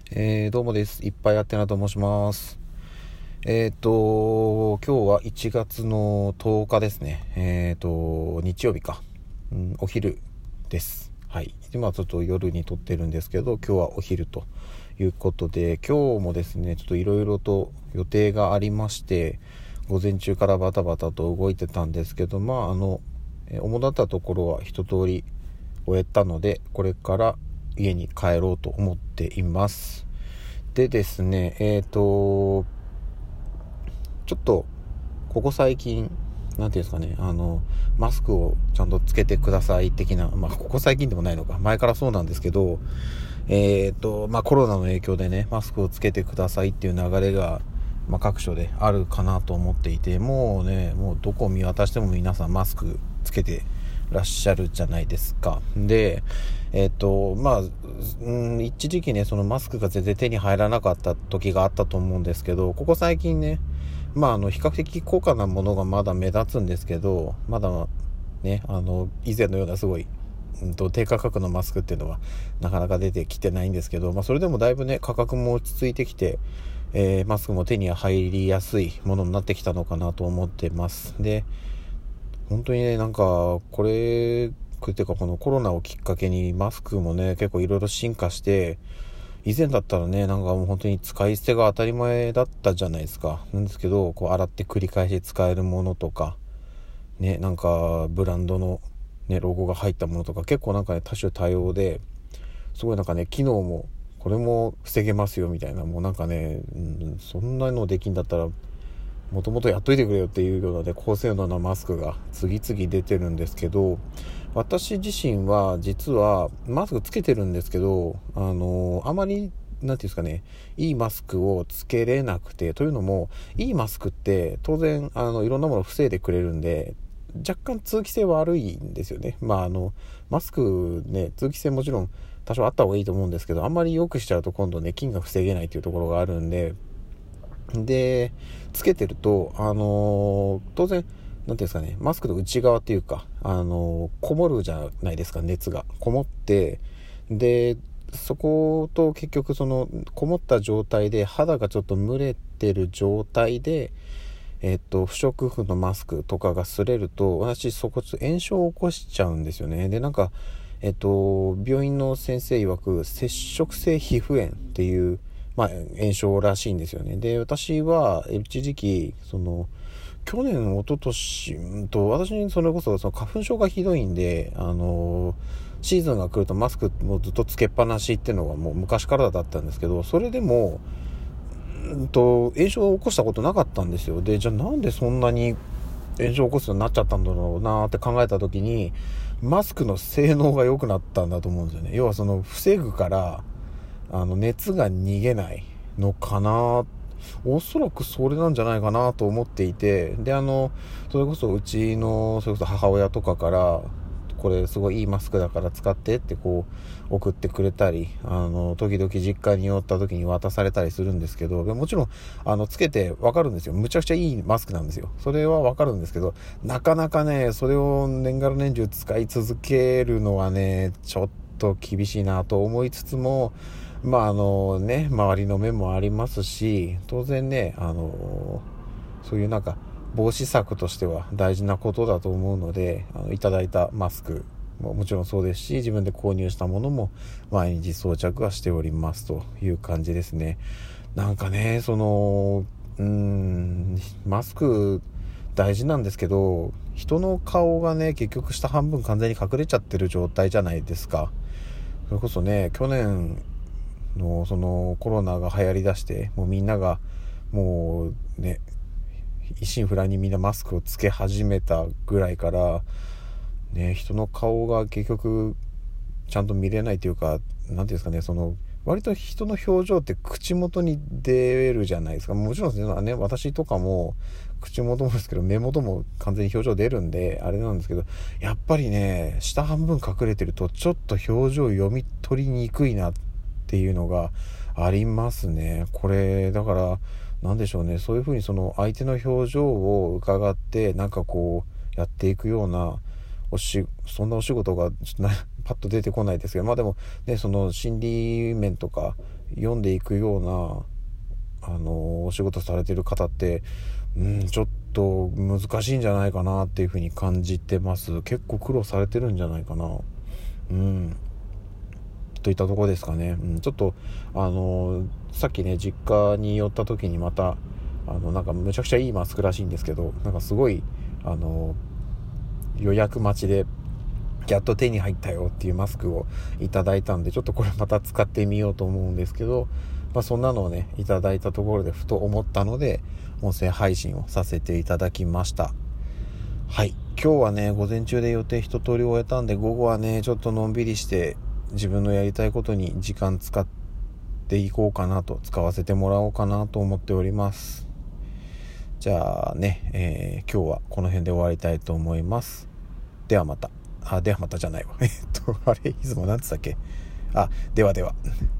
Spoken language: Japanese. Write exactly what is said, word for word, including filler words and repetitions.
えー、どうもです。いっぱいあってなと申します。えっと、今日はいちがつのとおかですね。えっと、日曜日か。うん、お昼です。はい。今ちょっと夜に撮ってるんですけど、今日はお昼ということで、今日もですね、ちょっといろいろと予定がありまして、午前中からバタバタと動いてたんですけど、まあ、あの、え主だったところは一通り終えたので、これから家に帰ろうと思っています。でですね、えっと、ちょっと、ここ最近、なんていうんですかね、あの、マスクをちゃんとつけてください的な、まあ、ここ最近でもないのか、前からそうなんですけど、えっと、まあ、コロナの影響でね、マスクをつけてくださいっていう流れが、まあ、各所であるかなと思っていて、もうね、もうどこを見渡しても皆さんマスクつけてらっしゃるじゃないですか。で、えっと、まあ、うん、一時期ね、そのマスクが全然手に入らなかった時があったと思うんですけど、ここ最近ね、まあ、あの、比較的高価なものがまだ目立つんですけど、まだね、あの、以前のようなすごい、うんと、低価格のマスクっていうのはなかなか出てきてないんですけど、まあ、それでもだいぶね、価格も落ち着いてきて、えー、マスクも手に入りやすいものになってきたのかなと思ってます。で、本当にね、なんか、これ、っていうかこのコロナをきっかけにマスクもね、結構いろいろ進化して、以前だったらね、なんかもう本当に使い捨てが当たり前だったじゃないですか。なんですけど、こう洗って繰り返し使えるものとか、ね、なんかブランドのね、ロゴが入ったものとか、結構なんかね、多種多様で、すごいなんかね、機能も、これも防げますよみたいな、もうなんかね、うん、そんなのできんだったら、もともとやっといてくれよっていうようなね、高性能なマスクが次々出てるんですけど、私自身は実はマスクつけてるんですけど、あのー、あまり、なんていうんですかね、いいマスクをつけれなくて、というのも、いいマスクって当然、あの、いろんなものを防いでくれるんで、若干通気性悪いんですよね。まあ、あの、マスクね、通気性もちろん多少あった方がいいと思うんですけど、あんまり良くしちゃうと今度ね、菌が防げないというところがあるんで、で、つけてると、あのー当然、なんていうんですかね、マスクの内側っていうか、あのーこもるじゃないですか、熱が。こもって、で、そこと結局その、こもった状態で、肌がちょっと蒸れてる状態で、えっと、不織布のマスクとかが擦れると、私そこ炎症を起こしちゃうんですよね。で、なんか、えっと、病院の先生曰く、接触性皮膚炎っていう、まあ、炎症らしいんですよね。で、私は、一時期、その、去年、一昨年、うんと、私、それこそ、その花粉症がひどいんで、あの、シーズンが来るとマスクもずっとつけっぱなしっていうのはもう昔からだったんですけど、それでも、うんと、炎症を起こしたことなかったんですよ。で、じゃあなんでそんなに炎症を起こすようになっちゃったんだろうなって考えた時に、マスクの性能が良くなったんだと思うんですよね。要はその、防ぐから、あの、熱が逃げないのかな。おそらくそれなんじゃないかなと思っていて、で、あの、それこそうちの、それこそ母親とかから、これすごいいいマスクだから使ってってこう送ってくれたり、あの、時々実家に寄った時に渡されたりするんですけど、もちろん、あの、つけてわかるんですよ。むちゃくちゃいいマスクなんですよ。それはわかるんですけど、なかなかね、それを年がら年中使い続けるのはね、ちょっと厳しいなと思いつつも、まああのね、周りの目もありますし、当然ね、あの、そういうなんか、防止策としては大事なことだと思うので、あのいただいたマスクももちろんそうですし、自分で購入したものも毎日装着はしておりますという感じですね。なんかね、その、うーん、マスク大事なんですけど、人の顔がね、結局下半分完全に隠れちゃってる状態じゃないですか。それこそね、去年のそのコロナが流行りだして、もうみんながもうね、一心不乱にみんなマスクをつけ始めたぐらいからね、人の顔が結局ちゃんと見れないというか、なんていうんですかね、その割と人の表情って口元に出るじゃないですか。もちろんね、私とかも口元もですけど、目元も完全に表情出るんであれなんですけど、やっぱりね、下半分隠れてるとちょっと表情読み取りにくいなっていうのがありますね。これだからなんでしょうね、そういう風にその相手の表情を伺ってなんかこうやっていくようなおしそんなお仕事がちょっとなパッと出てこないですけど、まあでもね、その心理面とか読んでいくようなあのお仕事されてる方ってうんちょっと難しいんじゃないかなっていうふうに感じてます。結構苦労されてるんじゃないかなうんといったところですかね、うん、ちょっとあのさっきね実家に寄った時にまたあのなんかむちゃくちゃいいマスクらしいんですけど、なんかすごいあの予約待ちでやっと手に入ったよっていうマスクをいただいたんで、ちょっとこれまた使ってみようと思うんですけど、まあ、そんなのをねいただいたところでふと思ったので音声配信をさせていただきました。はい、今日はね午前中で予定一通り終えたんで、午後はねちょっとのんびりして自分のやりたいことに時間使っていこうかなと、使わせてもらおうかなと思っております。じゃあね、えー、今日はこの辺で終わりたいと思います。ではまた。あ、ではまたじゃないわ。えっと、あれ、いつもなんつったっけ。あ、ではでは。